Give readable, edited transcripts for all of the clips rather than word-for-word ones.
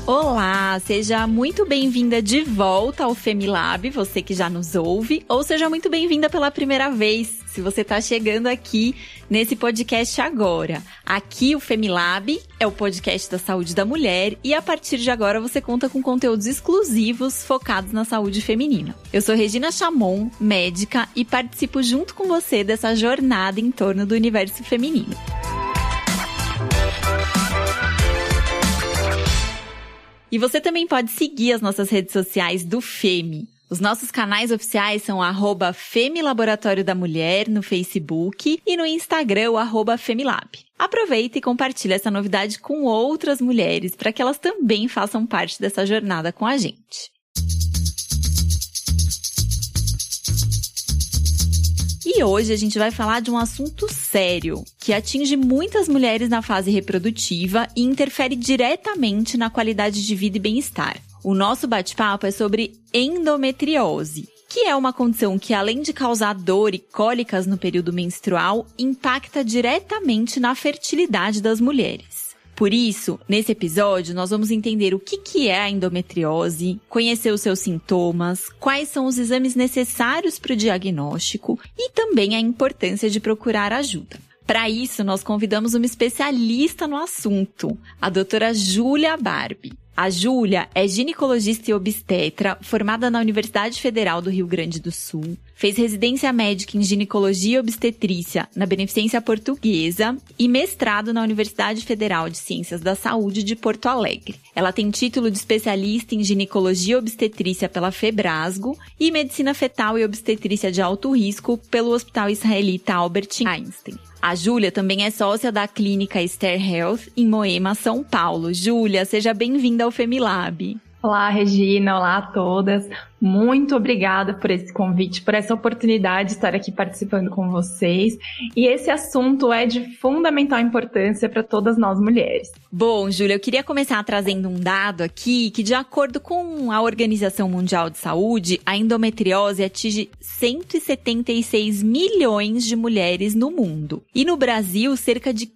Olá, seja muito bem-vinda de volta ao Femilab, você que já nos ouve, ou seja muito bem-vinda pela primeira vez, se você está chegando aqui nesse podcast agora. Aqui o Femilab é o podcast da saúde da mulher e a partir de agora você conta com conteúdos exclusivos focados na saúde feminina. Eu sou Regina Chamon, médica, e participo junto com você dessa jornada em torno do universo feminino. E você também pode seguir as nossas redes sociais do Femi. Os nossos canais oficiais são o @Femilaboratório da Mulher no Facebook e no Instagram o @Femilab. Aproveita e compartilha essa novidade com outras mulheres para que elas também façam parte dessa jornada com a gente. E hoje a gente vai falar de um assunto sério, que atinge muitas mulheres na fase reprodutiva e interfere diretamente na qualidade de vida e bem-estar. O nosso bate-papo é sobre endometriose, que é uma condição que, além de causar dor e cólicas no período menstrual, impacta diretamente na fertilidade das mulheres. Por isso, nesse episódio, nós vamos entender o que é a endometriose, conhecer os seus sintomas, quais são os exames necessários para o diagnóstico e também a importância de procurar ajuda. Para isso, nós convidamos uma especialista no assunto, a doutora Júlia Barbi. A Júlia é ginecologista e obstetra, formada na Universidade Federal do Rio Grande do Sul, fez residência médica em ginecologia e obstetrícia na Beneficência Portuguesa e mestrado na Universidade Federal de Ciências da Saúde de Porto Alegre. Ela tem título de especialista em ginecologia e obstetrícia pela Febrasgo e medicina fetal e obstetrícia de alto risco pelo Hospital Israelita Albert Einstein. A Júlia também é sócia da clínica Ster Health em Moema, São Paulo. Júlia, seja bem-vinda ao Femilab. Olá, Regina. Olá a todas. Muito obrigada por esse convite, por essa oportunidade de estar aqui participando com vocês. E esse assunto é de fundamental importância para todas nós mulheres. Bom, Júlia, eu queria começar trazendo um dado aqui que, de acordo com a Organização Mundial de Saúde, a endometriose atinge 176 milhões de mulheres no mundo. E no Brasil, cerca de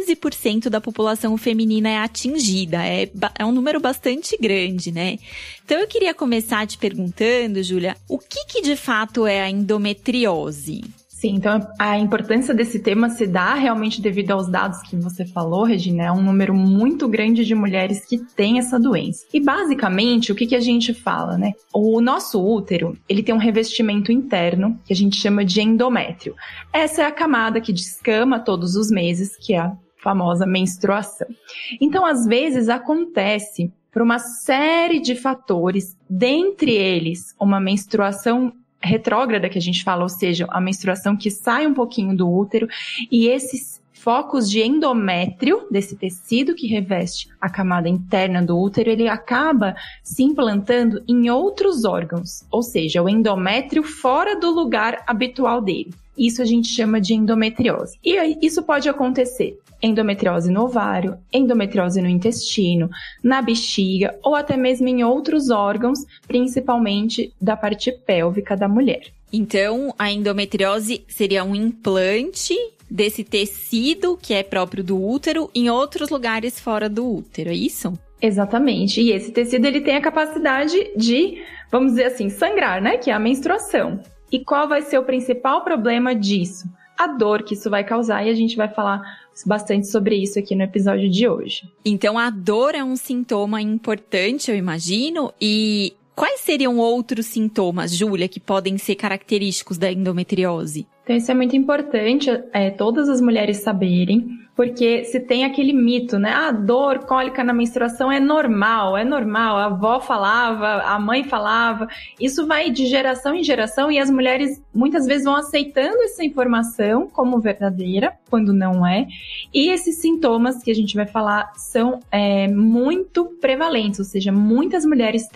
15% da população feminina é atingida. É um número bastante grande, né? Então eu queria começar te perguntando, Júlia, o que de fato é a endometriose? Sim, então a importância desse tema se dá realmente devido aos dados que você falou, Regina. É um número muito grande de mulheres que têm essa doença. E basicamente, o que a gente fala, né? O nosso útero, ele tem um revestimento interno que a gente chama de endométrio. Essa é a camada que descama todos os meses, que é a famosa menstruação. Então, às vezes, acontece por uma série de fatores, dentre eles uma menstruação retrógrada que a gente fala, ou seja, a menstruação que sai um pouquinho do útero, e esses focos de endométrio, desse tecido que reveste a camada interna do útero, ele acaba se implantando em outros órgãos, ou seja, o endométrio fora do lugar habitual dele. Isso a gente chama de endometriose. E isso pode acontecer endometriose no ovário, endometriose no intestino, na bexiga ou até mesmo em outros órgãos, principalmente da parte pélvica da mulher. Então, a endometriose seria um implante desse tecido que é próprio do útero em outros lugares fora do útero, é isso? Exatamente. E esse tecido ele tem a capacidade de, vamos dizer assim, sangrar, né? Que é a menstruação. E qual vai ser o principal problema disso? A dor que isso vai causar, e a gente vai falar bastante sobre isso aqui no episódio de hoje. Então, a dor é um sintoma importante, eu imagino, e quais seriam outros sintomas, Júlia, que podem ser característicos da endometriose? Então, isso é muito importante, todas as mulheres saberem, porque se tem aquele mito, né? A dor, cólica na menstruação é normal, a avó falava, a mãe falava. Isso vai de geração em geração e as mulheres muitas vezes vão aceitando essa informação como verdadeira, quando não é. E esses sintomas que a gente vai falar são muito prevalentes, ou seja, muitas mulheres têm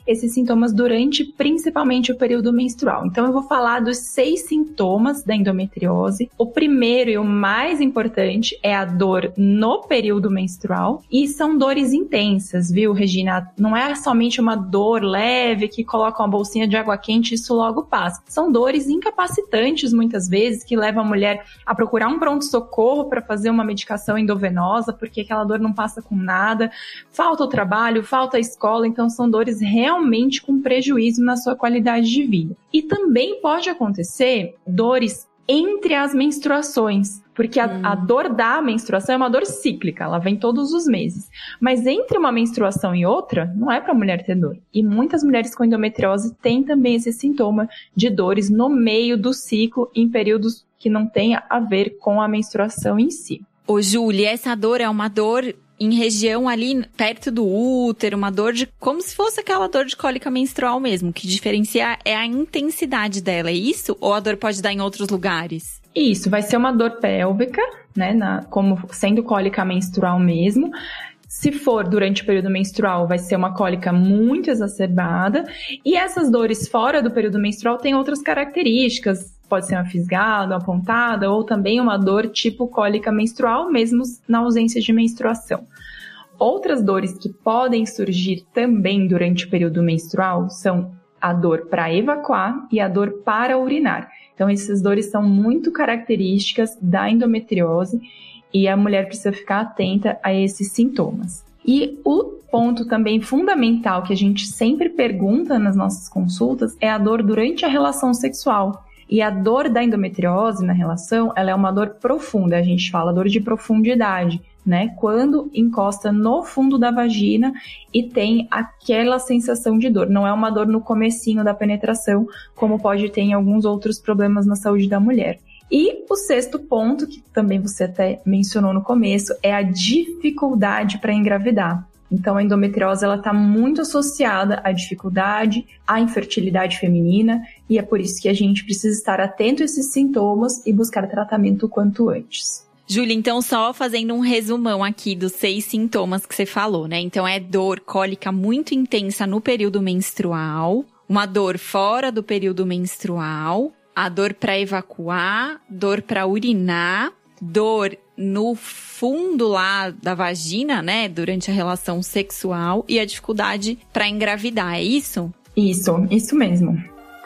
esses sintomas durante principalmente o período menstrual. Então eu vou falar dos 6 sintomas da endometriose. O primeiro e o mais importante é a dor no período menstrual, e são dores intensas, viu, Regina? Não é somente uma dor leve que coloca uma bolsinha de água quente e isso logo passa. São dores incapacitantes muitas vezes que levam a mulher a procurar um pronto-socorro para fazer uma medicação endovenosa, porque aquela dor não passa com nada. Falta o trabalho, falta a escola, então são dores realmente com prejuízo na sua qualidade de vida. E também pode acontecer dores entre as menstruações, porque a dor da menstruação é uma dor cíclica, ela vem todos os meses. Mas entre uma menstruação e outra, não é para a mulher ter dor. E muitas mulheres com endometriose têm também esse sintoma de dores no meio do ciclo, em períodos que não tem a ver com a menstruação em si. Ô, Júlia, essa dor é uma dor em região ali perto do útero, uma dor de como se fosse aquela dor de cólica menstrual mesmo. O que diferencia é a intensidade dela, é isso? Ou a dor pode dar em outros lugares? Isso, vai ser uma dor pélvica, né, como sendo cólica menstrual mesmo. Se for durante o período menstrual, vai ser uma cólica muito exacerbada. E essas dores fora do período menstrual têm outras características. Pode ser uma fisgada, uma pontada, ou também uma dor tipo cólica menstrual, mesmo na ausência de menstruação. Outras dores que podem surgir também durante o período menstrual são a dor para evacuar e a dor para urinar. Então, essas dores são muito características da endometriose e a mulher precisa ficar atenta a esses sintomas. E o ponto também fundamental que a gente sempre pergunta nas nossas consultas é a dor durante a relação sexual. E a dor da endometriose na relação, ela é uma dor profunda, a gente fala dor de profundidade, né? Quando encosta no fundo da vagina e tem aquela sensação de dor. Não é uma dor no comecinho da penetração, como pode ter em alguns outros problemas na saúde da mulher. E o 6º ponto, que também você até mencionou no começo, é a dificuldade para engravidar. Então, a endometriose está muito associada à dificuldade, à infertilidade feminina, e é por isso que a gente precisa estar atento a esses sintomas e buscar tratamento o quanto antes. Júlia, então só fazendo um resumão aqui dos 6 sintomas que você falou, né? Então é dor cólica muito intensa no período menstrual, uma dor fora do período menstrual, a dor para evacuar, dor para urinar, dor no fundo lá da vagina, né, durante a relação sexual e a dificuldade para engravidar, é isso? Isso mesmo.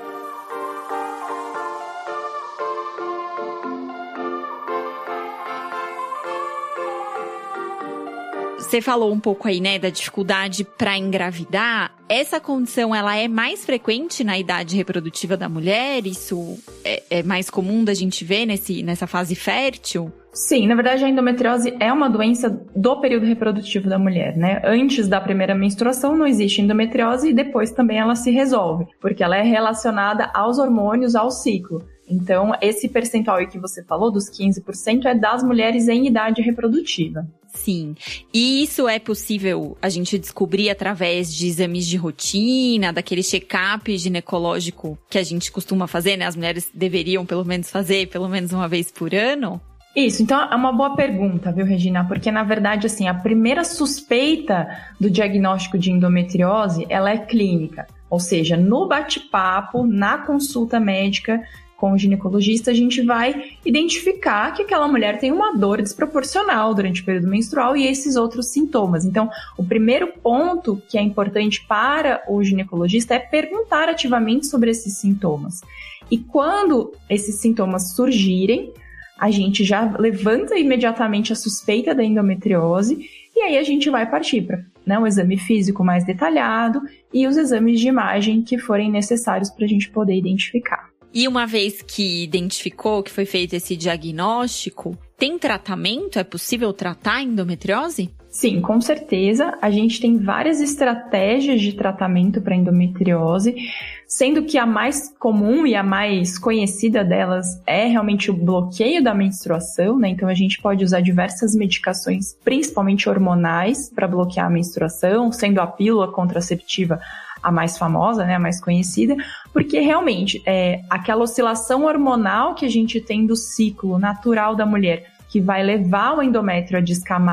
Você falou um pouco aí, né, da dificuldade para engravidar. Essa condição, ela é mais frequente na idade reprodutiva da mulher? Isso é mais comum da gente ver nessa fase fértil? Sim, na verdade a endometriose é uma doença do período reprodutivo da mulher, né? Antes da primeira menstruação não existe endometriose e depois também ela se resolve, porque ela é relacionada aos hormônios, ao ciclo. Então, esse percentual aí que você falou, dos 15%, é das mulheres em idade reprodutiva. Sim, e isso é possível a gente descobrir através de exames de rotina, daquele check-up ginecológico que a gente costuma fazer, né? As mulheres deveriam pelo menos fazer, pelo menos uma vez por ano? Isso, então é uma boa pergunta, viu, Regina? Porque, na verdade, assim, a primeira suspeita do diagnóstico de endometriose, ela é clínica. Ou seja, no bate-papo, na consulta médica com o ginecologista, a gente vai identificar que aquela mulher tem uma dor desproporcional durante o período menstrual e esses outros sintomas. Então, o primeiro ponto que é importante para o ginecologista é perguntar ativamente sobre esses sintomas. E quando esses sintomas surgirem, a gente já levanta imediatamente a suspeita da endometriose e aí a gente vai partir para, né, um exame físico mais detalhado e os exames de imagem que forem necessários para a gente poder identificar. E uma vez que identificou, que foi feito esse diagnóstico, tem tratamento? É possível tratar a endometriose? Sim, com certeza. A gente tem várias estratégias de tratamento para endometriose, sendo que a mais comum e a mais conhecida delas é realmente o bloqueio da menstruação, né? Então a gente pode usar diversas medicações, principalmente hormonais, para bloquear a menstruação, sendo a pílula contraceptiva a mais famosa, né, a mais conhecida, porque realmente aquela oscilação hormonal que a gente tem do ciclo natural da mulher, que vai levar o endométrio a descamar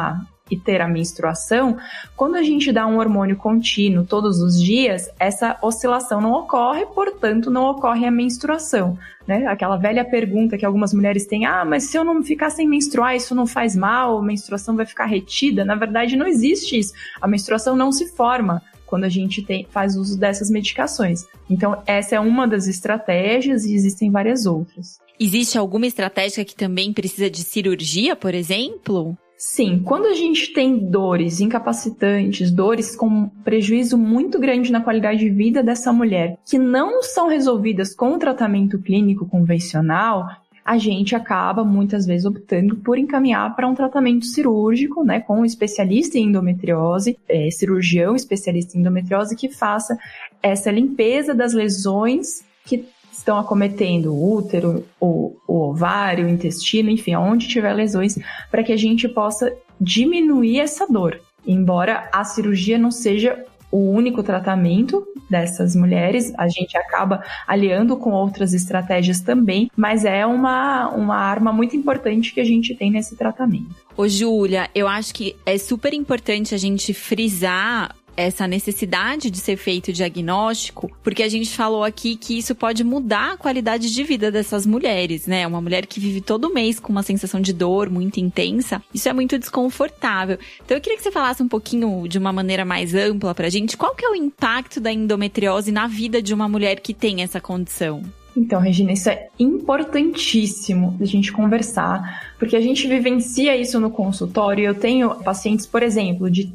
e ter a menstruação, quando a gente dá um hormônio contínuo todos os dias, essa oscilação não ocorre, portanto não ocorre a menstruação, né? Aquela velha pergunta que algumas mulheres têm, mas se eu não ficar sem menstruar, isso não faz mal, a menstruação vai ficar retida? Na verdade não existe isso, a menstruação não se forma quando a gente faz uso dessas medicações. Então essa é uma das estratégias e existem várias outras. Existe alguma estratégia que também precisa de cirurgia, por exemplo? Sim, quando a gente tem dores incapacitantes, dores com prejuízo muito grande na qualidade de vida dessa mulher, que não são resolvidas com o tratamento clínico convencional, a gente acaba muitas vezes optando por encaminhar para um tratamento cirúrgico, né, com um especialista em endometriose, cirurgião especialista em endometriose, que faça essa limpeza das lesões que estão acometendo o útero, o ovário, o intestino, enfim, onde tiver lesões, para que a gente possa diminuir essa dor. Embora a cirurgia não seja o único tratamento dessas mulheres, a gente acaba aliando com outras estratégias também, mas é uma arma muito importante que a gente tem nesse tratamento. Ô, Júlia, eu acho que é super importante a gente frisar essa necessidade de ser feito o diagnóstico, porque a gente falou aqui que isso pode mudar a qualidade de vida dessas mulheres, né? Uma mulher que vive todo mês com uma sensação de dor muito intensa, isso é muito desconfortável. Então eu queria que você falasse um pouquinho de uma maneira mais ampla pra gente, qual que é o impacto da endometriose na vida de uma mulher que tem essa condição? Então, Regina, isso é importantíssimo a gente conversar, porque a gente vivencia isso no consultório. Eu tenho pacientes, por exemplo, de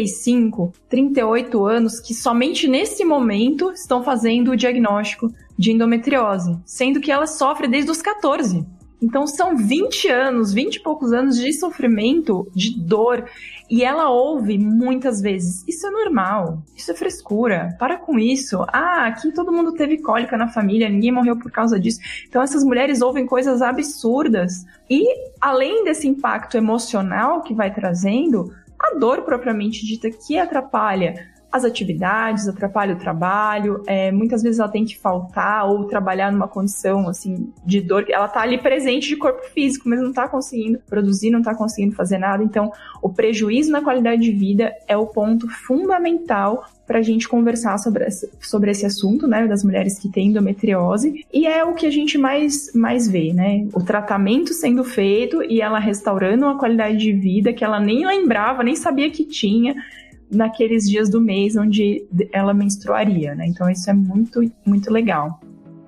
35, 38 anos, que somente nesse momento estão fazendo o diagnóstico de endometriose, sendo que ela sofre desde os 14. Então, são 20 anos, 20 e poucos anos de sofrimento, de dor. E ela ouve muitas vezes, isso é normal, isso é frescura, para com isso. Aqui todo mundo teve cólica na família, ninguém morreu por causa disso. Então essas mulheres ouvem coisas absurdas. E além desse impacto emocional que vai trazendo, a dor propriamente dita que atrapalha as atividades, atrapalha o trabalho, muitas vezes ela tem que faltar ou trabalhar numa condição assim, de dor, ela tá ali presente de corpo físico, mas não tá conseguindo produzir, não tá conseguindo fazer nada. Então o prejuízo na qualidade de vida é o ponto fundamental para a gente conversar sobre esse assunto, né, das mulheres que têm endometriose, e é o que a gente mais vê, né, o tratamento sendo feito e ela restaurando uma qualidade de vida que ela nem lembrava, nem sabia que tinha, naqueles dias do mês onde ela menstruaria, né? Então isso é muito, muito legal.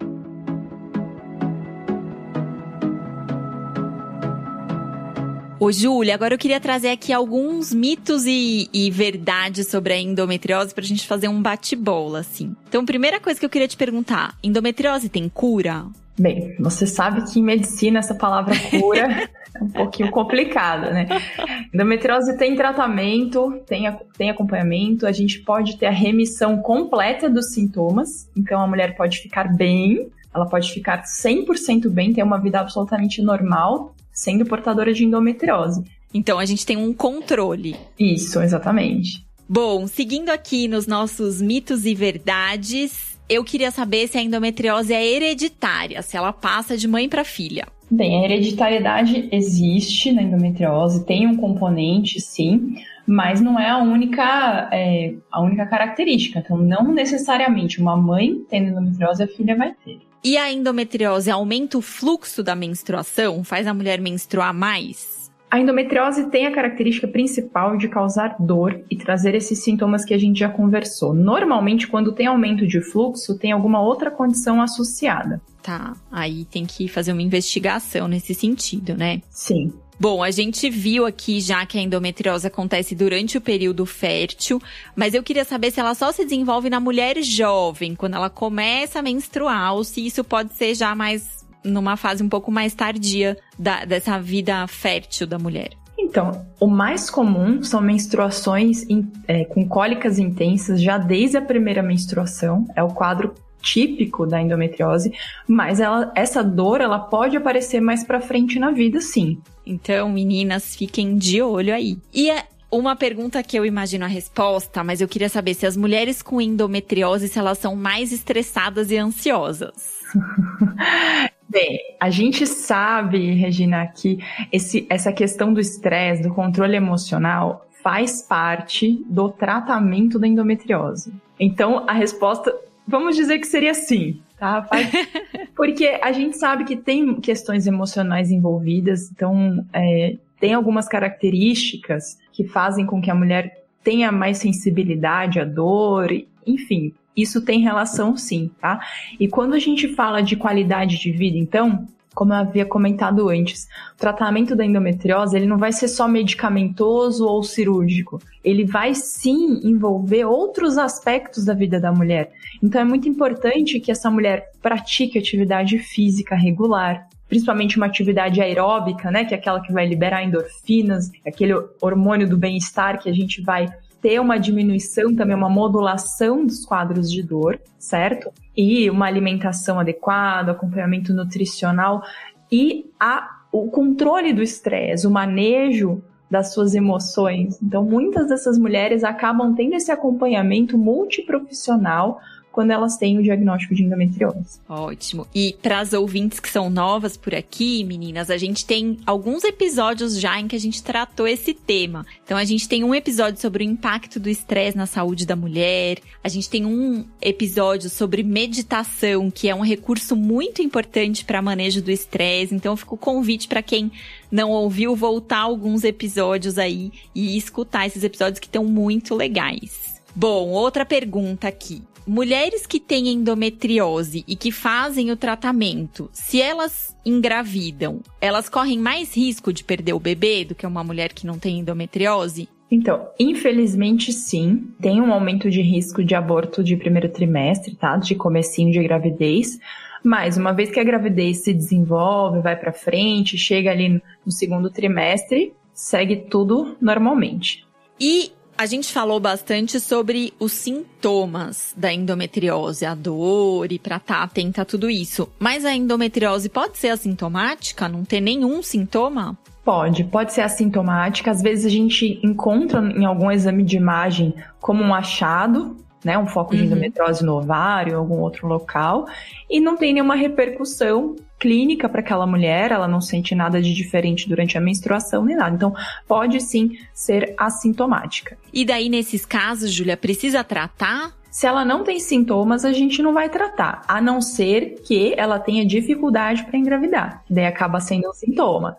Ô, Júlia, agora eu queria trazer aqui alguns mitos e verdades sobre a endometriose pra gente fazer um bate-bola, assim. Então, primeira coisa que eu queria te perguntar, endometriose tem cura? Bem, você sabe que em medicina essa palavra cura é um pouquinho complicada, né? Endometriose tem tratamento, tem acompanhamento, a gente pode ter a remissão completa dos sintomas, então a mulher pode ficar bem, ela pode ficar 100% bem, ter uma vida absolutamente normal, sendo portadora de endometriose. Então a gente tem um controle. Isso, exatamente. Bom, seguindo aqui nos nossos mitos e verdades, eu queria saber se a endometriose é hereditária, se ela passa de mãe para filha. Bem, a hereditariedade existe na endometriose, tem um componente, sim, mas não é a única característica. Então, não necessariamente uma mãe tendo endometriose, a filha vai ter. E a endometriose aumenta o fluxo da menstruação? Faz a mulher menstruar mais? A endometriose tem a característica principal de causar dor e trazer esses sintomas que a gente já conversou. Normalmente, quando tem aumento de fluxo, tem alguma outra condição associada. Tá, aí tem que fazer uma investigação nesse sentido, né? Sim. Bom, a gente viu aqui já que a endometriose acontece durante o período fértil, mas eu queria saber se ela só se desenvolve na mulher jovem, quando ela começa a menstruar, ou se isso pode ser já mais numa fase um pouco mais tardia dessa vida fértil da mulher. Então, o mais comum são menstruações com cólicas intensas já desde a primeira menstruação, é o quadro típico da endometriose, mas essa dor ela pode aparecer mais pra frente na vida, sim. Então, meninas, fiquem de olho aí. E uma pergunta que eu imagino a resposta, mas eu queria saber se as mulheres com endometriose, se elas são mais estressadas e ansiosas. Bem, a gente sabe, Regina, que essa questão do estresse, do controle emocional, faz parte do tratamento da endometriose. Então, a resposta, vamos dizer que seria sim, tá? Porque a gente sabe que tem questões emocionais envolvidas, então tem algumas características que fazem com que a mulher tenha mais sensibilidade à dor, enfim, isso tem relação sim, tá? E quando a gente fala de qualidade de vida, então, como eu havia comentado antes, o tratamento da endometriose, ele não vai ser só medicamentoso ou cirúrgico, ele vai sim envolver outros aspectos da vida da mulher. Então é muito importante que essa mulher pratique atividade física regular, principalmente uma atividade aeróbica, né, que é aquela que vai liberar endorfinas, aquele hormônio do bem-estar que a gente vai ter uma diminuição, também uma modulação dos quadros de dor, certo? E uma alimentação adequada, acompanhamento nutricional e o controle do estresse, o manejo das suas emoções. Então, muitas dessas mulheres acabam tendo esse acompanhamento multiprofissional quando elas têm o diagnóstico de endometriose. Ótimo. E para as ouvintes que são novas por aqui, meninas, a gente tem alguns episódios já em que a gente tratou esse tema. Então, a gente tem um episódio sobre o impacto do estresse na saúde da mulher. A gente tem um episódio sobre meditação, que é um recurso muito importante para manejo do estresse. Então, fica o convite para quem não ouviu voltar alguns episódios aí e escutar esses episódios que estão muito legais. Bom, outra pergunta aqui. Mulheres que têm endometriose e que fazem o tratamento, se elas engravidam, elas correm mais risco de perder o bebê do que uma mulher que não tem endometriose? Então, infelizmente sim, tem um aumento de risco de aborto de primeiro trimestre, tá? De comecinho de gravidez. Mas uma vez que a gravidez se desenvolve, vai pra frente, chega ali no segundo trimestre, segue tudo normalmente. E a gente falou bastante sobre os sintomas da endometriose, a dor e pra estar atenta a tudo isso. Mas a endometriose pode ser assintomática? Não ter nenhum sintoma? Pode ser assintomática. Às vezes a gente encontra em algum exame de imagem como um achado, né, um foco de endometriose no ovário, algum outro local, e não tem nenhuma repercussão clínica para aquela mulher, ela não sente nada de diferente durante a menstruação nem nada. Então, pode sim ser assintomática. E daí, nesses casos, Júlia, precisa tratar? Se ela não tem sintomas, a gente não vai tratar, a não ser que ela tenha dificuldade para engravidar, que daí acaba sendo um sintoma.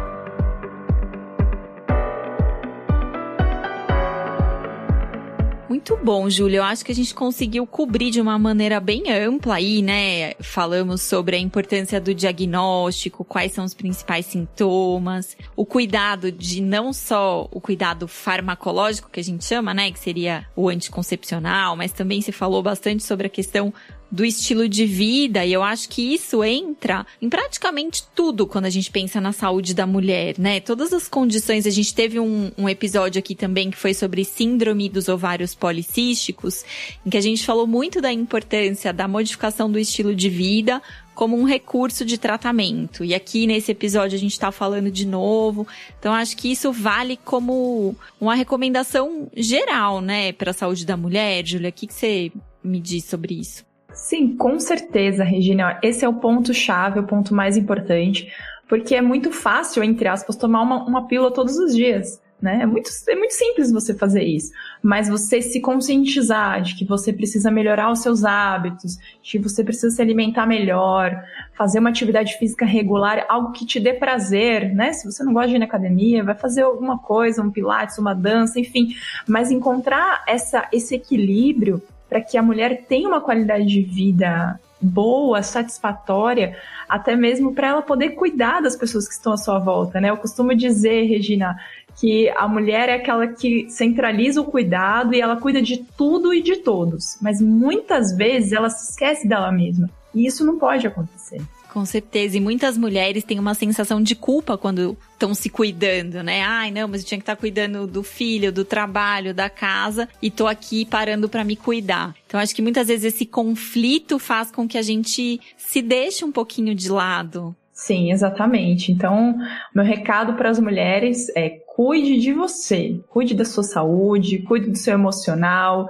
Muito bom, Júlia. Eu acho que a gente conseguiu cobrir de uma maneira bem ampla aí, né? Falamos sobre a importância do diagnóstico, quais são os principais sintomas, o cuidado de não só o cuidado farmacológico, que a gente chama, né? Que seria o anticoncepcional, mas também se falou bastante sobre a questão do estilo de vida, e eu acho que isso entra em praticamente tudo quando a gente pensa na saúde da mulher, né? Todas as condições, a gente teve um episódio aqui também que foi sobre síndrome dos ovários policísticos, em que a gente falou muito da importância da modificação do estilo de vida como um recurso de tratamento. E aqui nesse episódio a gente está falando de novo. Então acho que isso vale como uma recomendação geral, né, para a saúde da mulher. Júlia, o que você me diz sobre isso? Sim, com certeza, Regina. Esse é o ponto-chave, o ponto mais importante, porque é muito fácil, entre aspas, tomar uma pílula todos os dias, né? É muito simples você fazer isso, mas você se conscientizar de que você precisa melhorar os seus hábitos, de que você precisa se alimentar melhor, fazer uma atividade física regular, algo que te dê prazer, né? Se você não gosta de ir na academia, vai fazer alguma coisa, um pilates, uma dança, enfim, mas encontrar esse equilíbrio para que a mulher tenha uma qualidade de vida boa, satisfatória, até mesmo para ela poder cuidar das pessoas que estão à sua volta, né? Eu costumo dizer, Regina, que a mulher é aquela que centraliza o cuidado e ela cuida de tudo e de todos, mas muitas vezes ela se esquece dela mesma, e isso não pode acontecer. Com certeza, e muitas mulheres têm uma sensação de culpa quando estão se cuidando, né? Ai, não, mas eu tinha que estar cuidando do filho, do trabalho, da casa, e tô aqui parando para me cuidar. Então, acho que muitas vezes esse conflito faz com que a gente se deixe um pouquinho de lado. Sim, exatamente. Então, meu recado para as mulheres é: cuide de você, cuide da sua saúde, cuide do seu emocional,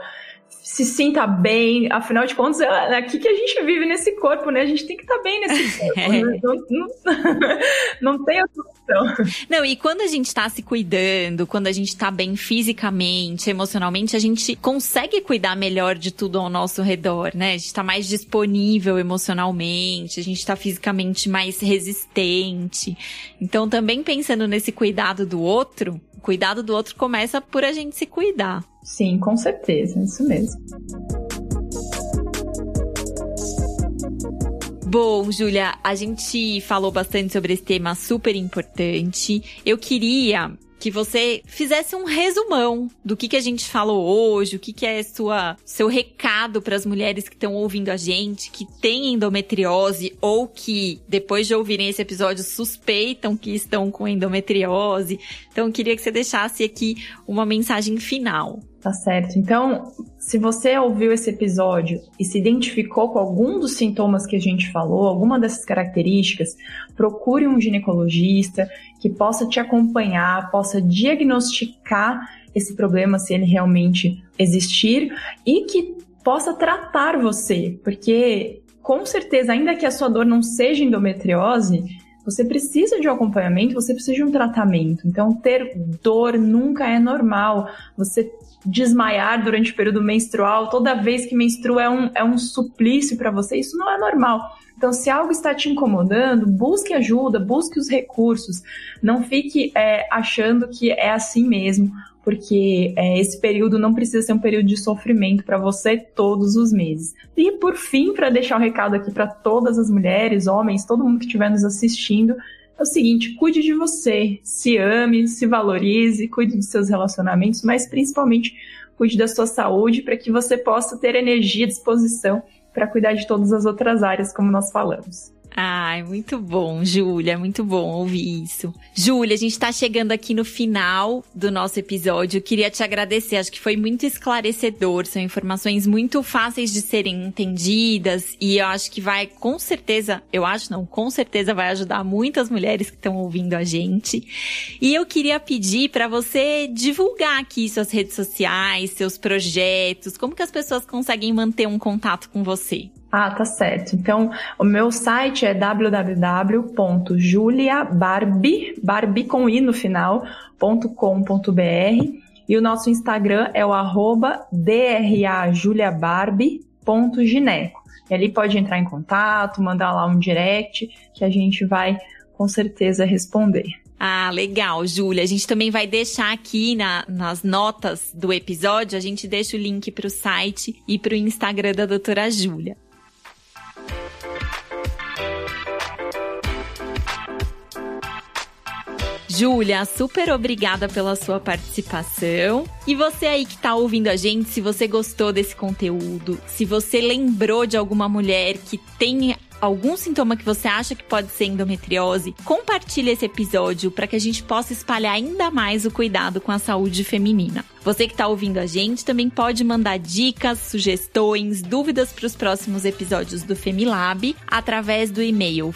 se sinta bem, afinal de contas, é aqui que a gente vive nesse corpo, né? A gente tem que estar bem nesse corpo, não tem outra opção. Não, e quando a gente tá se cuidando, quando a gente tá bem fisicamente, emocionalmente, a gente consegue cuidar melhor de tudo ao nosso redor, né? A gente tá mais disponível emocionalmente, a gente tá fisicamente mais resistente. Então, também pensando nesse cuidado do outro, o cuidado do outro começa por a gente se cuidar. Sim, com certeza, isso mesmo. Bom, Júlia, a gente falou bastante sobre esse tema super importante. Eu queria que você fizesse um resumão do que a gente falou hoje, o que é seu recado para as mulheres que estão ouvindo a gente, que têm endometriose ou que, depois de ouvirem esse episódio, suspeitam que estão com endometriose. Então, eu queria que você deixasse aqui uma mensagem final. Tá certo. Então, se você ouviu esse episódio e se identificou com algum dos sintomas que a gente falou, alguma dessas características, procure um ginecologista que possa te acompanhar, possa diagnosticar esse problema, se ele realmente existir, e que possa tratar você, porque, com certeza, ainda que a sua dor não seja endometriose, você precisa de um acompanhamento, você precisa de um tratamento. Então, ter dor nunca é normal. Você desmaiar durante o período menstrual, toda vez que menstrua é um suplício para você, isso não é normal. Então, se algo está te incomodando, busque ajuda, busque os recursos. Não fique achando que é assim mesmo, porque esse período não precisa ser um período de sofrimento para você todos os meses. E, por fim, para deixar o recado aqui para todas as mulheres, homens, todo mundo que estiver nos assistindo, é o seguinte: cuide de você, se ame, se valorize, cuide dos seus relacionamentos, mas principalmente cuide da sua saúde para que você possa ter energia e disposição para cuidar de todas as outras áreas, como nós falamos. Ai, muito bom, Júlia, muito bom ouvir isso. Júlia, a gente tá chegando aqui no final do nosso episódio. Eu queria te agradecer, acho que foi muito esclarecedor, são informações muito fáceis de serem entendidas e eu acho que vai, com certeza vai ajudar muitas mulheres que estão ouvindo a gente. E eu queria pedir para você divulgar aqui suas redes sociais, seus projetos, como que as pessoas conseguem manter um contato com você? Ah, tá certo. Então, o meu site é www.juliabarbi com i no final, .com.br, e o nosso Instagram é o @drajuliabarbi.gineco. E ali pode entrar em contato, mandar lá um direct, que a gente vai com certeza responder. Ah, legal, Júlia. A gente também vai deixar aqui nas notas do episódio, a gente deixa o link para o site e para o Instagram da doutora Júlia. Júlia, super obrigada pela sua participação. E você aí que tá ouvindo a gente, se você gostou desse conteúdo, se você lembrou de alguma mulher que tem algum sintoma que você acha que pode ser endometriose, compartilhe esse episódio para que a gente possa espalhar ainda mais o cuidado com a saúde feminina. Você que está ouvindo a gente também pode mandar dicas, sugestões, dúvidas para os próximos episódios do Femilab através do e-mail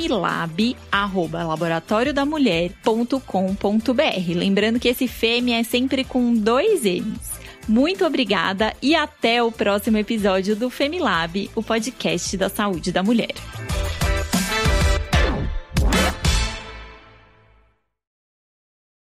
femilab@laboratoriodamulher.com.br. Lembrando que esse Femi é sempre com 2 M's. Muito obrigada e até o próximo episódio do Femilab, o podcast da saúde da mulher.